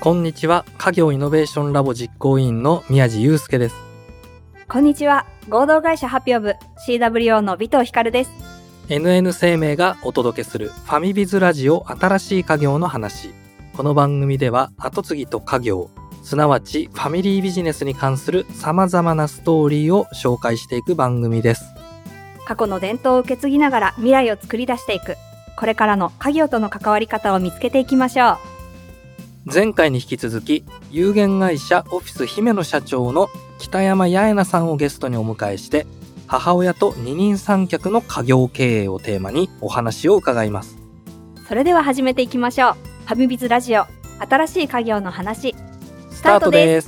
こんにちは。家業イノベーションラボ実行委員の宮地祐介です。 こんにちは。合同会社ハピオブ CWO の尾藤ひかるです。 NN 生命がお届けするファミビズラジオ新しい家業の話。この番組では後継ぎと家業、すなわちファミリービジネスに関する様々なストーリーを紹介していく番組です。 過去の伝統を受け継ぎながら未来を作り出していく。これからの家業との関わり方を見つけていきましょう。 前回に引き続き有限会社オフィス姫野社長の北山八重奈さんをゲストにお迎えして、母親と二人三脚の家業経営をテーマにお話を伺います。 それでは始めていきましょう。ファミビズラジオ新しい家業の話、 スタートです。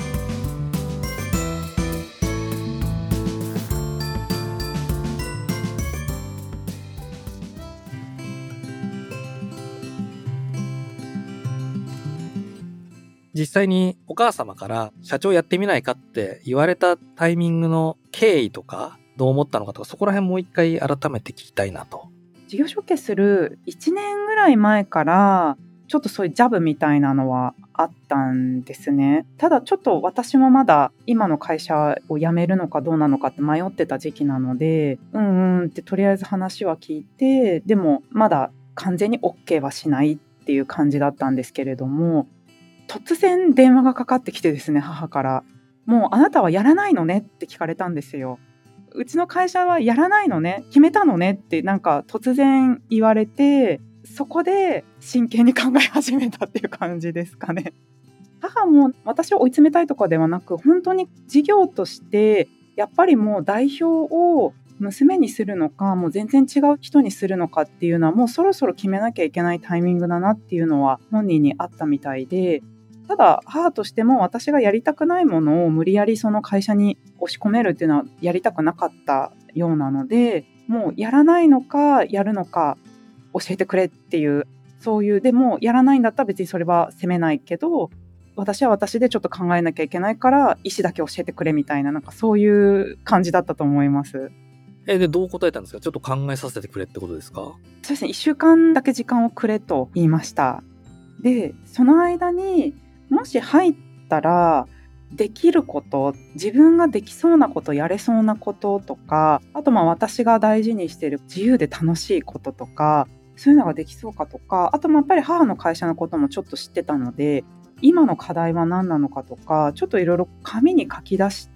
実際にお母様から社長やってみないかって言われたタイミングの経緯とか、どう思ったのかとか、そこら辺もう一回改めて聞きたいなと。 事業承継する1年ぐらい前からちょっとそういうジャブみたいなのはあったんですね。ただちょっと私もまだ今の会社を辞めるのかどうなのかって迷ってた時期なので、ってとりあえず話は聞いて、でもまだ完全に OK はしないっていう感じだったんですけれども、突然電話がかかってきてですね、母から。もうあなたはやらないのねって聞かれたんですよ。うちの会社はやらないのね、決めたのねってなんか突然言われて、そこで真剣に考え始めたっていう感じですかね。母も私を追い詰めたいとかではなく、本当に事業としてやっぱりもう代表を娘にするのか、もう全然違う人にするのかっていうのはもうそろそろ決めなきゃいけないタイミングだなっていうのは本人にあったみたいで、ただ母としても私がやりたくないものを無理やりその会社に押し込めるっていうのはやりたくなかったようなので、もうやらないのかやるのか教えてくれっていう、そういう、でもやらないんだったら別にそれは責めないけど、私は私でちょっと考えなきゃいけないから意思だけ教えてくれみたいな、なんかそういう感じだったと思います。 で、どう答えたんですか？ちょっと考えさせてくれってことですか？ そうですね、1週間だけ時間をくれと言いました。で、その間にもし入ったらできること、自分ができそうなこと、やれそうなこととか、あと私が大事にしている自由で楽しいこととか、そういうのができそうかとか、あとやっぱり母の会社のこともちょっと知ってたので、今の課題は何なのかとか、ちょっといろいろ紙に書き出して、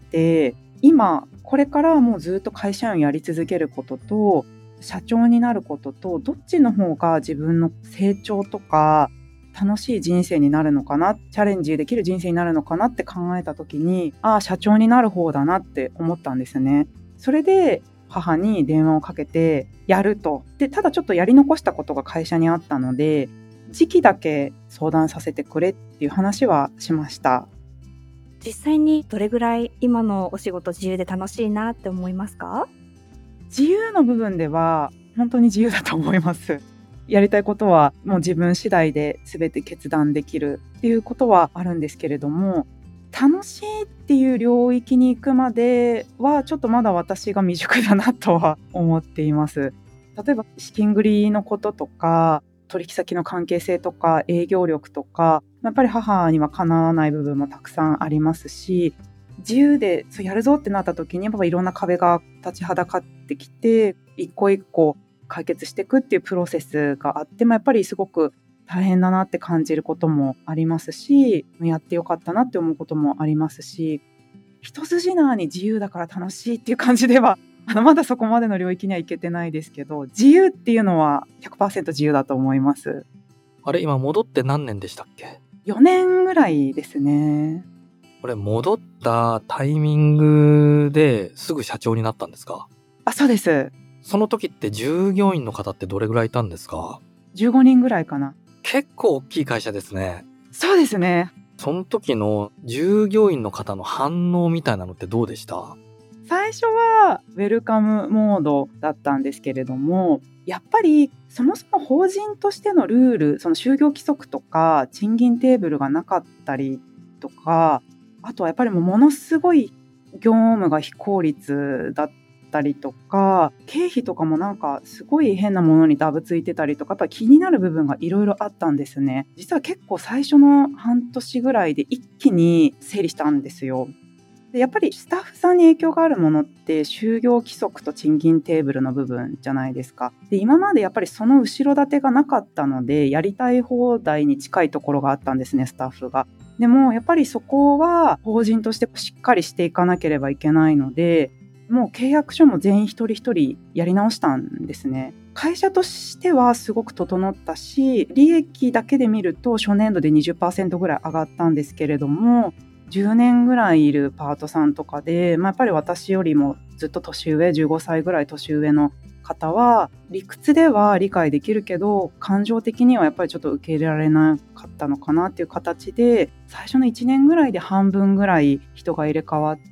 今これからはもうずっと会社員をやり続けることと社長になることと、どっちの方が自分の成長とか楽しい人生になるのかな、チャレンジできる人生になるのかなって考えた時に、社長になる方だなって思ったんですね。それで母に電話をかけてやると。で、ただちょっとやり残したことが会社にあったので、時期だけ相談させてくれっていう話はしました。 実際にどれぐらい今のお仕事自由で楽しいなって思いますか？ 自由の部分では本当に自由だと思います。やりたいことはもう自分次第で全て決断できるっていうことはあるんですけれども、楽しいっていう領域に行くまではちょっとまだ私が未熟だなとは思っています。例えば資金繰りのこととか、取引先の関係性とか営業力とか、やっぱり母にはかなわない部分もたくさんありますし、自由でそうやるぞってなった時にやっぱいろんな壁が立ちはだかってきて、一個一個解決していくっていうプロセスがあって、やっぱりすごく大変だなって感じることもありますし、やってよかったなって思うこともありますし、一筋縄に自由だから楽しいっていう感じではまだそこまでの領域にはいけてないですけど、自由っていうのは 100% 自由だと思います。 あれ、今戻って何年でしたっけ ？4年ぐらいですね。 これ戻ったタイミングですぐ社長になったんですか？ そうです。 その時って従業員の方ってどれぐらいいたんですか 15人ぐらいかな。 結構大きい会社ですね。 そうですね。 その時の従業員の方の反応みたいなのってどうでした？ 最初はウェルカムモードだったんですけれども、やっぱりそもそも法人としてのルール、その就業規則とか賃金テーブルがなかったりとか、あとはやっぱりものすごい業務が非効率だっったりとか、経費とかもなんかすごい変なものにダブついてたりとか、やっぱり気になる部分がいろいろあったんですね。実は結構最初の半年ぐらいで一気に整理したんですよ。でやっぱりスタッフさんに影響があるものって就業規則と賃金テーブルの部分じゃないですか。で今までやっぱりその後ろ盾がなかったのでやりたい放題に近いところがあったんですね、スタッフが。でもやっぱりそこは法人としてしっかりしていかなければいけないので、もう契約書も全員一人一人やり直したんですね。会社としてはすごく整ったし、利益だけで見ると初年度で 20% ぐらい上がったんですけれども、10年ぐらいいるパートさんとかで、やっぱり私よりもずっと年上、15歳ぐらい年上の方は理屈では理解できるけど感情的にはやっぱりちょっと受け入れられなかったのかなっていう形で、最初の1年ぐらいで半分ぐらい人が入れ替わって、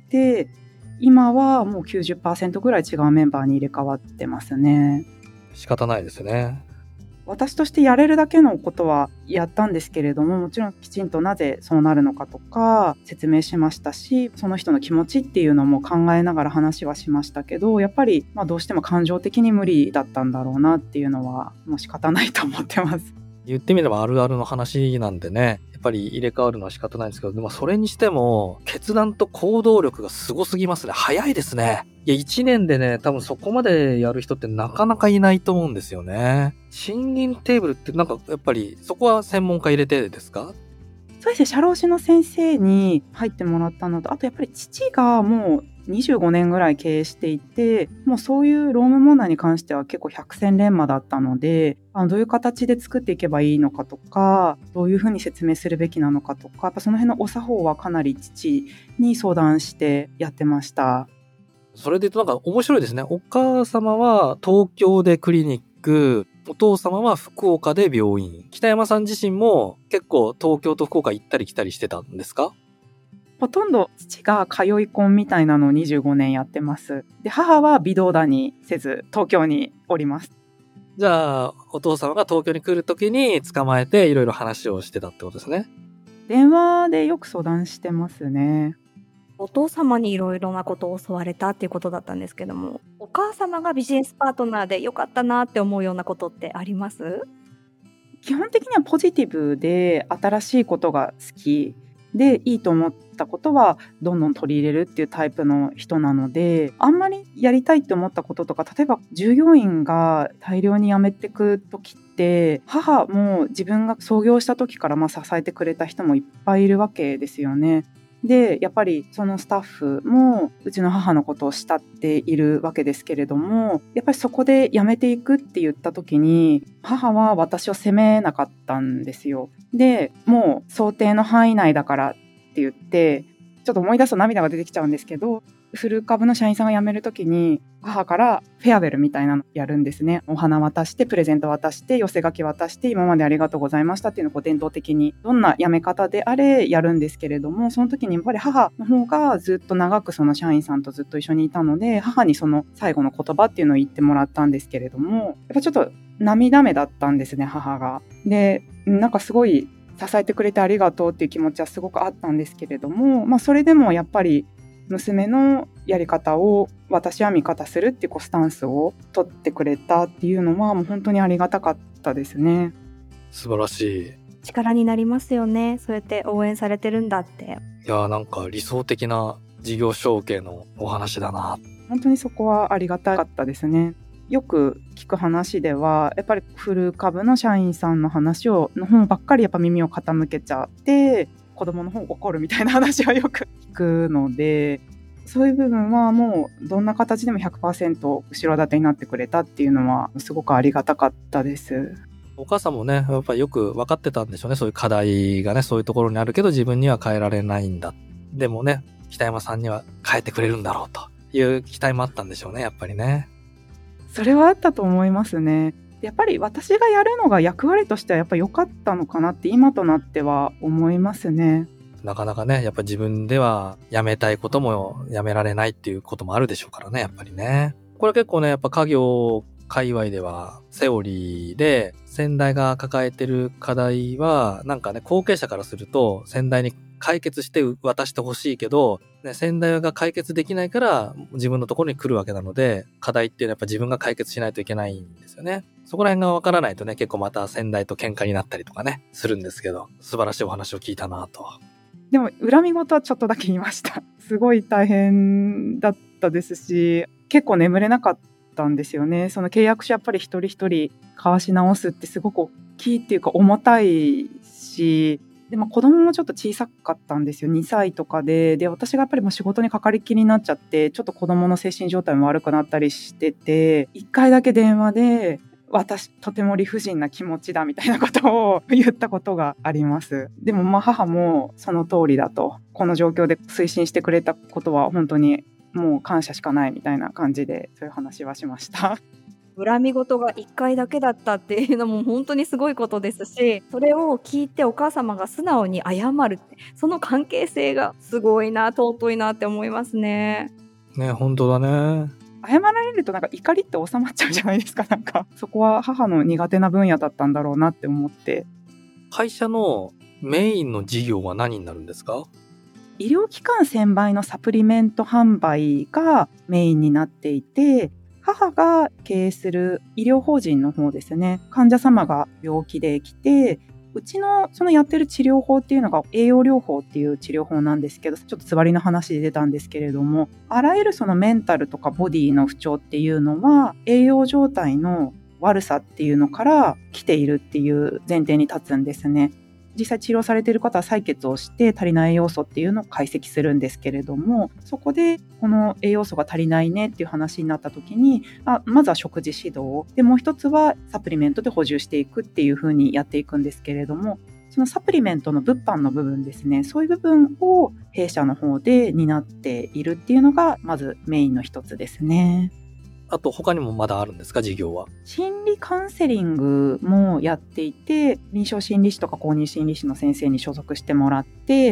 今はもう 90% ぐらい違うメンバーに入れ替わってますね。 仕方ないですね。 私としてやれるだけのことはやったんですけれども、もちろんきちんとなぜそうなるのかとか説明しましたし、その人の気持ちっていうのも考えながら話はしましたけど、やっぱりどうしても感情的に無理だったんだろうなっていうのはもう仕方ないと思ってます。 言ってみればあるあるの話なんでね、やっぱり入れ替わるのは仕方ないんですけど、でもそれにしても決断と行動力がすごすぎますね。早いですね。いや、1年でね、多分そこまでやる人ってなかなかいないと思うんですよね。賃金テーブルってなんかやっぱりそこは専門家入れてですか？ そうですね、社労士の先生に入ってもらったのと、あとやっぱり父がもう25年ぐらい経営していて、もうそういう労務問題に関しては結構百戦錬磨だったので、どういう形で作っていけばいいのかとか、どういうふうに説明するべきなのかとか、やっぱその辺のお作法はかなり父に相談してやってました。 それで言うとなんか面白いですね。お母様は東京でクリニック、お父様は福岡で病院。北山さん自身も結構東京と福岡行ったり来たりしてたんですか？ ほとんど父が通い込みみたいなのを25年やってます。で、母は微動だにせず東京におります。 じゃあ、お父様が東京に来るときに捕まえていろいろ話をしてたってことですね。 電話でよく相談してますね。 お父様にいろいろなことを教われたっていうことだったんですけども、お母様がビジネスパートナーで良かったなって思うようなことってあります？ 基本的にはポジティブで新しいことが好きで、いいと思ったことはどんどん取り入れるっていうタイプの人なので、あんまりやりたいって思ったこととか、例えば従業員が大量に辞めてく時って、母も自分が創業した時から支えてくれた人もいっぱいいるわけですよね。でやっぱりそのスタッフもうちの母のことを慕っているわけですけれども、やっぱりそこで辞めていくって言った時に母は私を責めなかったんですよ。でもう想定の範囲内だからって言って、ちょっと思い出すと涙が出てきちゃうんですけど、フル株の社員さんが辞める時に母からフェアウェルみたいなのやるんですね。お花渡してプレゼント渡して寄せ書き渡して今までありがとうございましたっていうのを伝統的にどんな辞め方であれやるんですけれども、その時にやっぱり母の方がずっと長くその社員さんとずっと一緒にいたので、母にその最後の言葉っていうのを言ってもらったんですけれども、やっぱちょっと涙目だったんですね、母が。でなんかすごい支えてくれてありがとうっていう気持ちはすごくあったんですけれども、それでもやっぱり娘のやり方を私は味方するっていうスタンスを取ってくれたっていうのはもう本当にありがたかったですね。 素晴らしい。 力になりますよね。そうやって応援されてるんだって。 いやー、なんか理想的な事業承継のお話だな。 本当にそこはありがたかったですね。よく聞く話ではやっぱりフル株の社員さんの話の方ばっかりやっぱ耳を傾けちゃって子供の方怒るみたいな話はよく聞くので、そういう部分はもうどんな形でも 100% 後ろ盾になってくれたっていうのはすごくありがたかったです。 お母さんもね、やっぱりよく分かってたんでしょうね。そういう課題がね、そういうところにあるけど自分には変えられないんだ。でもね、北山さんには変えてくれるんだろうという期待もあったんでしょうね、やっぱりね。 それはあったと思いますね。やっぱり私がやるのが役割としてはやっぱり良かったのかなって今となっては思いますね。 なかなかね、やっぱ自分ではやめたいこともやめられないっていうこともあるでしょうからね、やっぱりね。これ結構ね、やっぱ家業界隈ではセオリーで先代が抱えてる課題はなんかね、後継者からすると先代に解決して渡してほしいけど、 ね、先代が解決できないから自分のところに来るわけなので、課題っていうのはやっぱ自分が解決しないといけないんですよね。そこら辺がわからないとね、結構また先代と喧嘩になったりとかね、するんですけど、素晴らしいお話を聞いたなと。 でも恨み事はちょっとだけ言いました。すごい大変だったですし、結構眠れなかったんですよね。その契約書やっぱり一人一人交わし直すってすごく大きいっていうか重たいし、でも子供もちょっと小さかったんですよ。2歳とかで、私がやっぱりもう仕事にかかりきりになっちゃって、ちょっと子供の精神状態も悪くなったりしてて、1回だけ電話で、私とても理不尽な気持ちだみたいなことを言ったことがあります。でもまあ母もその通りだと、この状況で推進してくれたことは本当にもう感謝しかないみたいな感じで、そういう話はしました。 恨み事が1回だけだったっていうのも本当にすごいことですし、それを聞いてお母様が素直に謝るって、その関係性がすごいな、尊いなって思いますね。 ね、本当だね。 謝られるとなんか怒りって収まっちゃうじゃないですか。なんかそこは母の苦手な分野だったんだろうなって思って。 会社のメインの事業は何になるんですか？ 医療機関専売のサプリメント販売がメインになっていて、母が経営する医療法人の方ですね、患者様が病気で来て、うちのそのやってる治療法っていうのが栄養療法っていう治療法なんですけど、ちょっとつわりの話で出たんですけれども、あらゆるそのメンタルとかボディの不調っていうのは栄養状態の悪さっていうのから来ているっていう前提に立つんですね。実際治療されている方は採血をして足りない栄養素っていうのを解析するんですけれども、そこでこの栄養素が足りないねっていう話になった時に、まずは食事指導で、もう一つはサプリメントで補充していくっていう風にやっていくんですけれども、そのサプリメントの物販の部分ですね、そういう部分を弊社の方で担っているっていうのがまずメインの一つですね。 あと他にもまだあるんですか、事業は？ 心理カウンセリングもやっていて、臨床心理士とか公認心理士の先生に所属してもらって、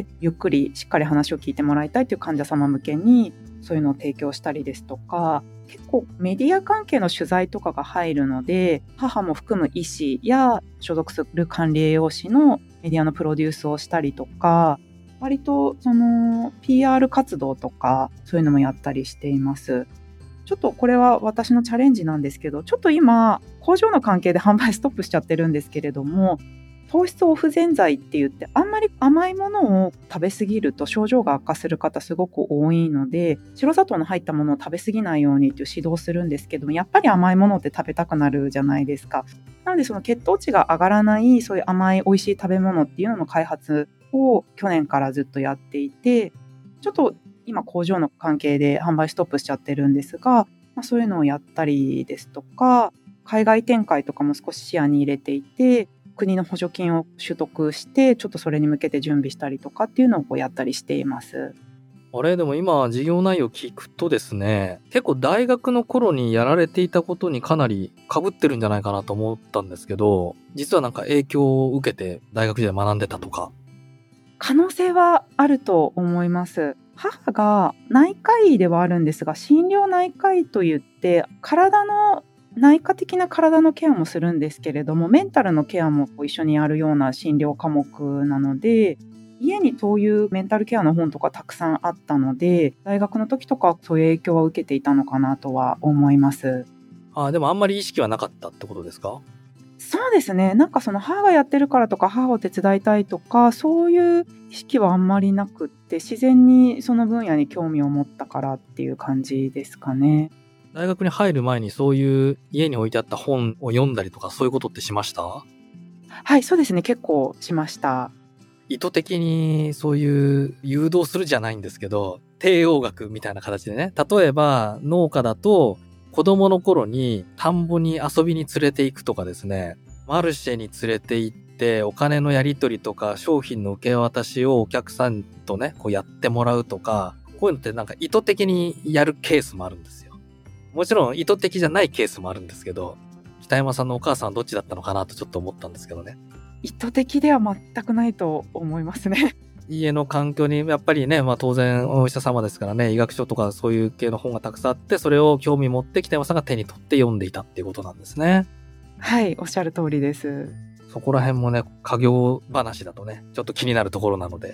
ゆっくりしっかり話を聞いてもらいたいという患者様向けにそういうのを提供したりですとか、結構メディア関係の取材とかが入るので、母も含む医師や所属する管理栄養士のメディアのプロデュースをしたりとか、割とその PR 活動とかそういうのもやったりしています。ちょっとこれは私のチャレンジなんですけど、ちょっと今工場の関係で販売ストップしちゃってるんですけれども、糖質オフ全剤って言って、あんまり甘いものを食べ過ぎると症状が悪化する方すごく多いので、白砂糖の入ったものを食べ過ぎないようにっていう指導をするんですけども、やっぱり甘いものって食べたくなるじゃないですか。なのでその血糖値が上がらないそういう甘い美味しい食べ物っていうのの開発を去年からずっとやっていて、ちょっと今工場の関係で販売ストップしちゃってるんですが、そういうのをやったりですとか、海外展開とかも少し視野に入れていて、国の補助金を取得してちょっとそれに向けて準備したりとかっていうのをやったりしています。 あれ、でも今事業内容聞くとですね、結構大学の頃にやられていたことにかなり被ってるんじゃないかなと思ったんですけど、実はなんか影響を受けて大学時代学んでたとか。 可能性はあると思います。母が内科医ではあるんですが、心療内科医といって内科的な体のケアもするんですけれども、メンタルのケアも一緒にやるような診療科目なので、家にそういうメンタルケアの本とかたくさんあったので、大学の時とかそういう影響は受けていたのかなとは思います。 でもあんまり意識はなかったってことですか？ そうですね。なんかその母がやってるからとか母を手伝いたいとかそういう意識はあんまりなくって、自然にその分野に興味を持ったからっていう感じですかね。 大学に入る前にそういう家に置いてあった本を読んだりとかそういうことってしました？ はい、そうですね。結構しました。 意図的にそういう誘導するじゃないんですけど、帝王学みたいな形でね、例えば農家だと子供の頃に田んぼに遊びに連れて行くとかですね、マルシェに連れて行ってお金のやり取りとか商品の受け渡しをお客さんとね、こうやってもらうとか、こういうのってなんか意図的にやるケースもあるんですよ。もちろん意図的じゃないケースもあるんですけど、北山さんのお母さんはどっちだったのかなとちょっと思ったんですけどね。 意図的では全くないと思いますね。 家の環境にやっぱりね、当然お医者様ですからね、医学書とかそういう系の本がたくさんあって、それを興味持って北山さんが手に取って読んでいたっていうことなんですね。 はい、おっしゃる通りです。 そこら辺もね、家業話だとね、ちょっと気になるところなので。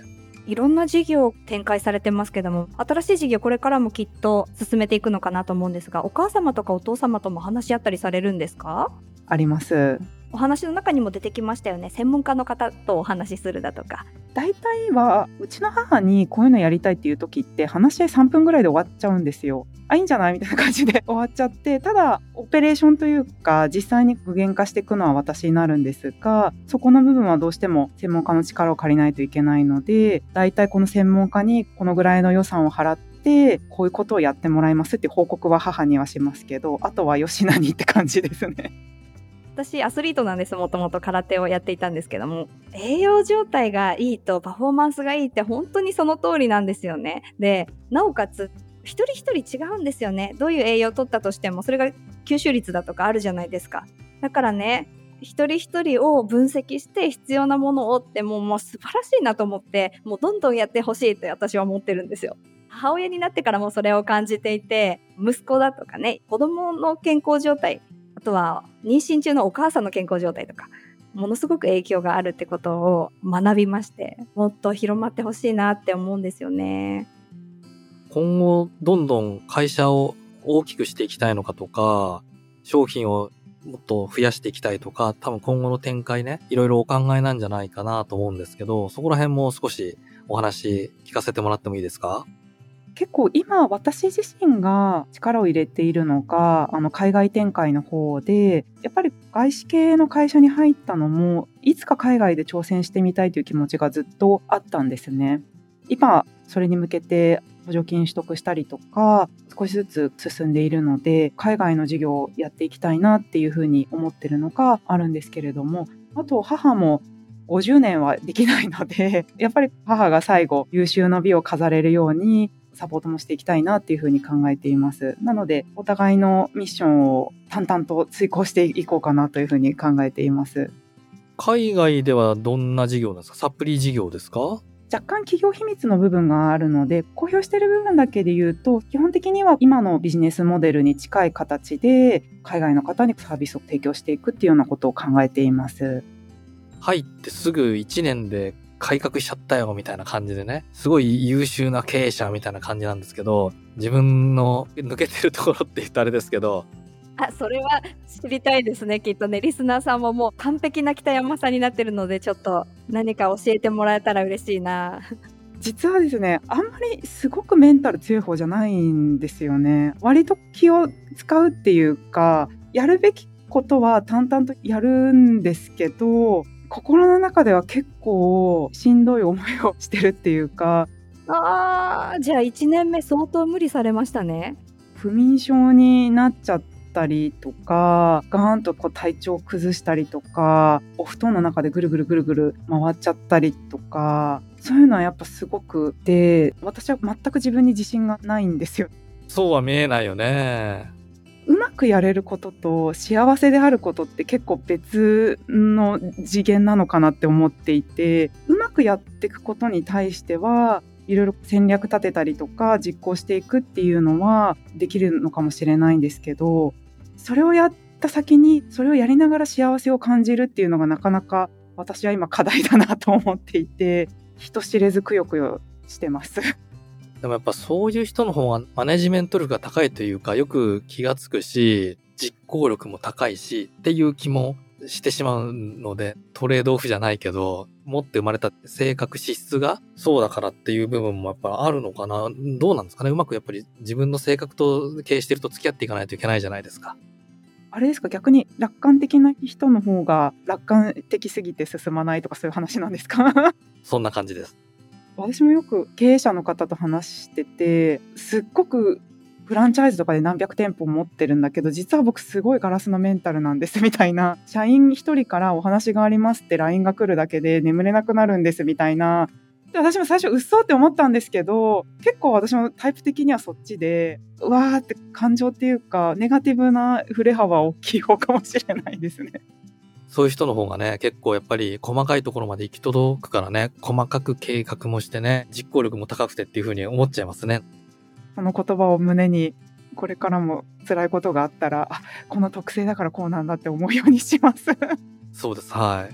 いろんな事業を展開されてますけども、新しい事業これからもきっと進めていくのかなと思うんですが、お母様とかお父様とも話し合ったりされるんですか？ あります。 お話の中にも出てきましたよね。専門家の方とお話しするだとか。 大体はうちの母にこういうのやりたいっていう時って話し合い3分ぐらいで終わっちゃうんですよ。いいんじゃないみたいな感じで終わっちゃって、ただオペレーションというか実際に具現化していくのは私になるんですが、そこの部分はどうしても専門家の力を借りないといけないので、大体この専門家にこのぐらいの予算を払ってこういうことをやってもらいますっていう報告は母にはしますけど、あとはよしなにって感じですね。 私アスリートなんです。もともと空手をやっていたんですけども、栄養状態がいいとパフォーマンスがいいって本当にその通りなんですよね。で、なおかつ一人一人違うんですよね。どういう栄養を取ったとしてもそれが吸収率だとかあるじゃないですか。だからね、一人一人を分析して必要なものをってもう素晴らしいなと思って、もうどんどんやってほしいと私は思ってるんですよ。母親になってからもそれを感じていて、息子だとかね、子供の健康状態、あとは妊娠中のお母さんの健康状態とか、ものすごく影響があるってことを学びまして、もっと広まってほしいなって思うんですよね。 今後どんどん会社を大きくしていきたいのかとか、商品をもっと増やしていきたいとか、多分今後の展開ね、いろいろお考えなんじゃないかなと思うんですけど、そこら辺も少しお話聞かせてもらってもいいですか？ 結構今私自身が力を入れているのが海外展開の方で、やっぱり外資系の会社に入ったのもいつか海外で挑戦してみたいという気持ちがずっとあったんですね。今それに向けて補助金取得したりとか少しずつ進んでいるので、海外の事業をやっていきたいなっていうふうに思ってるのがあるんですけれども、あと母も50年はできないので、やっぱり母が最後優秀な美を飾れるようにサポートもしていきたいなっていうふうに考えています。なのでお互いのミッションを淡々と遂行していこうかなというふうに考えています。 海外ではどんな事業なんですか？サプリ事業ですか？ 若干企業秘密の部分があるので、公表している部分だけで言うと、基本的には今のビジネスモデルに近い形で海外の方にサービスを提供していくっていうようなことを考えています。 入ってすぐ1年で改革しちゃったよみたいな感じでね、すごい優秀な経営者みたいな感じなんですけど、自分の抜けてるところって言うとあれですけど、 それは知りたいですね。きっとね、リスナーさんももう完璧な北山さんになってるので、ちょっと何か教えてもらえたら嬉しいな。 実はですね、あんまりすごくメンタル強い方じゃないんですよね。割と気を使うっていうか、やるべきことは淡々とやるんですけど、心の中では結構しんどい思いをしてるっていうか。 じゃあ1年目相当無理されましたね。 不眠症になっちゃったりとか、ガーンと体調を崩したりとか、お布団の中でぐるぐるぐるぐる回っちゃったりとか、そういうのはやっぱすごくで、私は全く自分に自信がないんですよ。 そうは見えないよね。 うまくやれることと幸せであることって結構別の次元なのかなって思っていて、うまくやっていくことに対してはいろいろ戦略立てたりとか実行していくっていうのはできるのかもしれないんですけど、それをやった先にそれをやりながら幸せを感じるっていうのがなかなか私は今課題だなと思っていて、人知れずくよくよしてますでもやっぱそういう人の方がマネジメント力が高いというか、よく気がつくし、実行力も高いしっていう気もしてしまうので、トレードオフじゃないけど、持って生まれた性格資質がそうだからっていう部分もやっぱあるのかな。どうなんですかね。うまくやっぱり自分の性格と経営してると付き合っていかないといけないじゃないですか。 あれですか、逆に楽観的な人の方が楽観的すぎて進まないとかそういう話なんですか？ そんな感じです。 私もよく経営者の方と話してて、すっごくフランチャイズとかで何百店舗持ってるんだけど、実は僕すごいガラスのメンタルなんですみたいな、社員一人からお話がありますって LINE が来るだけで眠れなくなるんですみたいな。で、私も最初嘘って思ったんですけど、結構私もタイプ的にはそっちで、うわーって感情っていうかネガティブな振れ幅は大きい方かもしれないですね。 そういう人の方がね、結構やっぱり細かいところまで行き届くからね、細かく計画もしてね、実行力も高くてっていう風に思っちゃいますね。 その言葉を胸に、これからも辛いことがあったら、この特性だからこうなんだって思うようにします。 そうです。はい。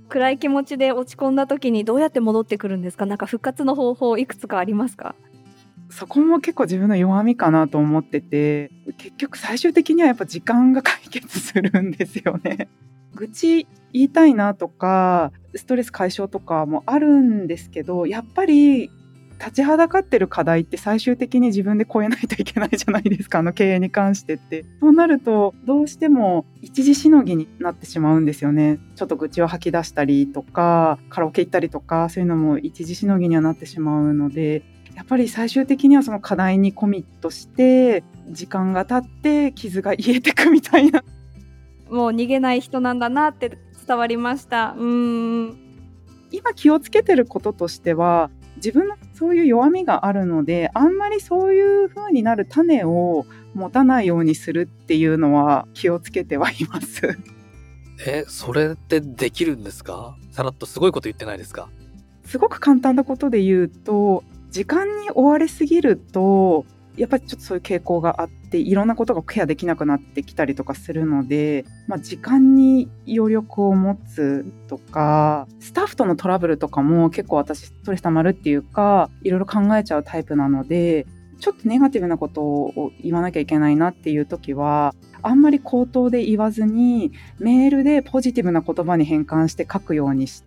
暗い気持ちで落ち込んだ時にどうやって戻ってくるんですか？なんか復活の方法いくつかありますか？ そこも結構自分の弱みかなと思ってて、結局最終的にはやっぱ時間が解決するんですよね。愚痴言いたいなとかストレス解消とかもあるんですけど、やっぱり立ちはだかってる課題って最終的に自分で超えないといけないじゃないですか、経営に関してって。そうなるとどうしても一時しのぎになってしまうんですよね。ちょっと愚痴を吐き出したりとかカラオケ行ったりとか、そういうのも一時しのぎにはなってしまうので、やっぱり最終的にはその課題にコミットして時間が経って傷が癒えてくみたいな。 もう逃げない人なんだなって伝わりました。 今気をつけてることとしては、自分のそういう弱みがあるので、あんまりそういう風になる種を持たないようにするっていうのは気をつけてはいます。 それってできるんですか？さらっとすごいこと言ってないですか？ すごく簡単なことで言うと、時間に追われすぎるとやっぱりちょっとそういう傾向があって、いろんなことがケアできなくなってきたりとかするので、時間に余力を持つとか、スタッフとのトラブルとかも結構私ストレス溜まるっていうか、いろいろ考えちゃうタイプなので、ちょっとネガティブなことを言わなきゃいけないなっていう時は、あんまり口頭で言わずにメールでポジティブな言葉に変換して書くようにして、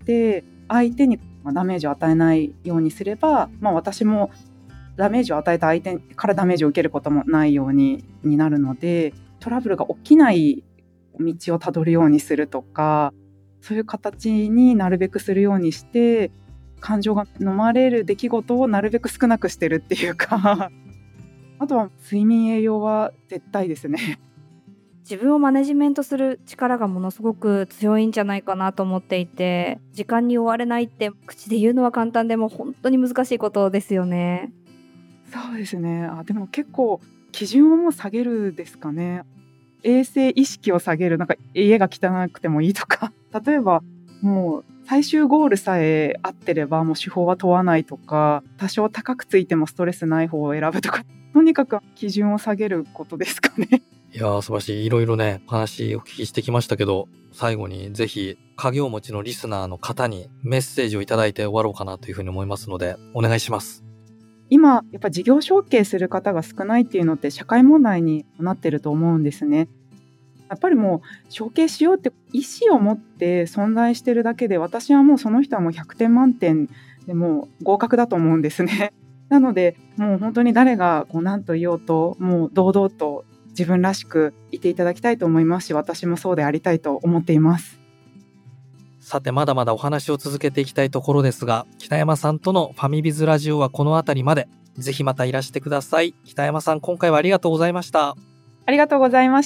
相手にダメージを与えないようにすれば、私もダメージを与えた相手からダメージを受けることもないようになるので、トラブルが起きない道をたどるようにするとか、そういう形になるべくするようにして、感情が飲まれる出来事をなるべく少なくしてるっていうかあとは睡眠栄養は絶対ですね。 自分をマネジメントする力がものすごく強いんじゃないかなと思っていて、時間に追われないって口で言うのは簡単でも本当に難しいことですよね。 そうですね。でも結構基準をもう下げるですかね。衛生意識を下げる。なんか家が汚くてもいいとか、例えばもう最終ゴールさえ合ってればもう手法は問わないとか、多少高くついてもストレスない方を選ぶとか、とにかく基準を下げることですかね。 いやー、素晴らしい。いろいろね、お話お聞きしてきましたけど、最後にぜひ家業持ちのリスナーの方にメッセージをいただいて終わろうかなというふうに思いますので、お願いします。 今やっぱ事業承継する方が少ないっていうのって社会問題になってると思うんですね。やっぱりもう承継しようって意思を持って存在してるだけで、私はもうその人はもう100点満点でもう合格だと思うんですね。なのでもう本当に誰が何と言おうと、もう堂々と自分らしくいていただきたいと思いますし、私もそうでありたいと思っています。 さて、まだまだお話を続けていきたいところですが、北山さんとのファミビズラジオはこの辺りまで。ぜひまたいらしてください。北山さん、今回はありがとうございました。 ありがとうございました。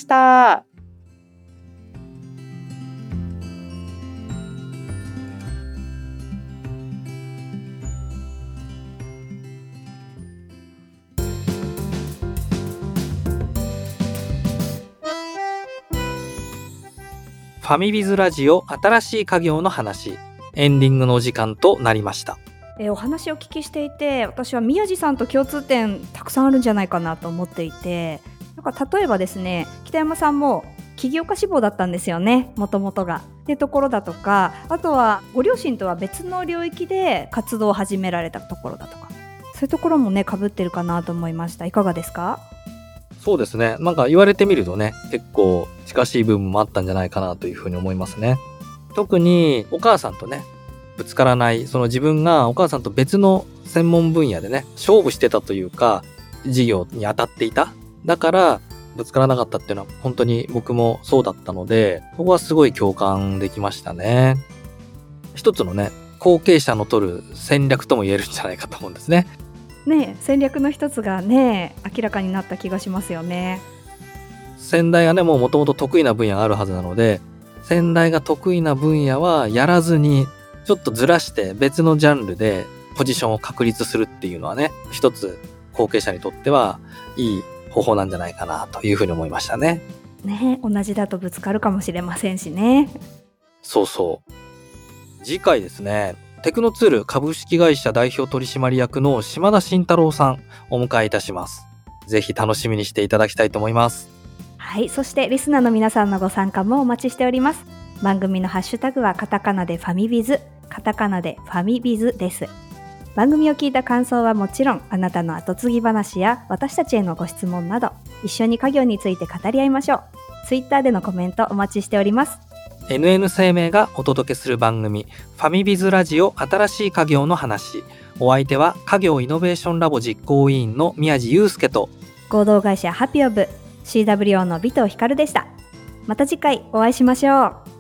ファミビズラジオ新しい家業の話、エンディングのお時間となりました。 お話をお聞きしていて、私は宮地さんと共通点たくさんあるんじゃないかなと思っていて、なんか例えばですね、北山さんも起業家志望だったんですよね、もともとがっていうところだとか、あとはご両親とは別の領域で活動を始められたところだとか、そういうところもね被ってるかなと思いました。いかがですか？ そうですね。なんか言われてみるとね、結構近しい部分もあったんじゃないかなというふうに思いますね。特にお母さんとね、ぶつからない、その自分がお母さんと別の専門分野でね、勝負してたというか、事業に当たっていた。だからぶつからなかったっていうのは本当に僕もそうだったので、そこはすごい共感できましたね。一つのね、後継者の取る戦略とも言えるんじゃないかと思うんですね。 ね、戦略の一つがね明らかになった気がしますよね。 先代がね、もともと得意な分野があるはずなので、先代が得意な分野はやらずにちょっとずらして別のジャンルでポジションを確立するっていうのはね、一つ後継者にとってはいい方法なんじゃないかなというふうに思いましたね。 ね、同じだとぶつかるかもしれませんしね。 そうそう。次回ですね、テクノツール株式会社代表取締役の島田慎太郎さんお迎えいたします。ぜひ楽しみにしていただきたいと思います。 はい、そしてリスナーの皆さんのご参加もお待ちしております。 番組のハッシュタグはカタカナでファミビズ、カタカナでファミビズです。番組を聞いた感想はもちろん、あなたの後継ぎ話や私たちへのご質問など、一緒に家業について語り合いましょう。ツイッターでのコメントお待ちしております。 NN 生命がお届けする番組ファミビズラジオ新しい家業の話。お相手は家業イノベーションラボ実行委員の宮地祐介と合同会社ハピオブ CWO の尾藤光でした。また次回お会いしましょう。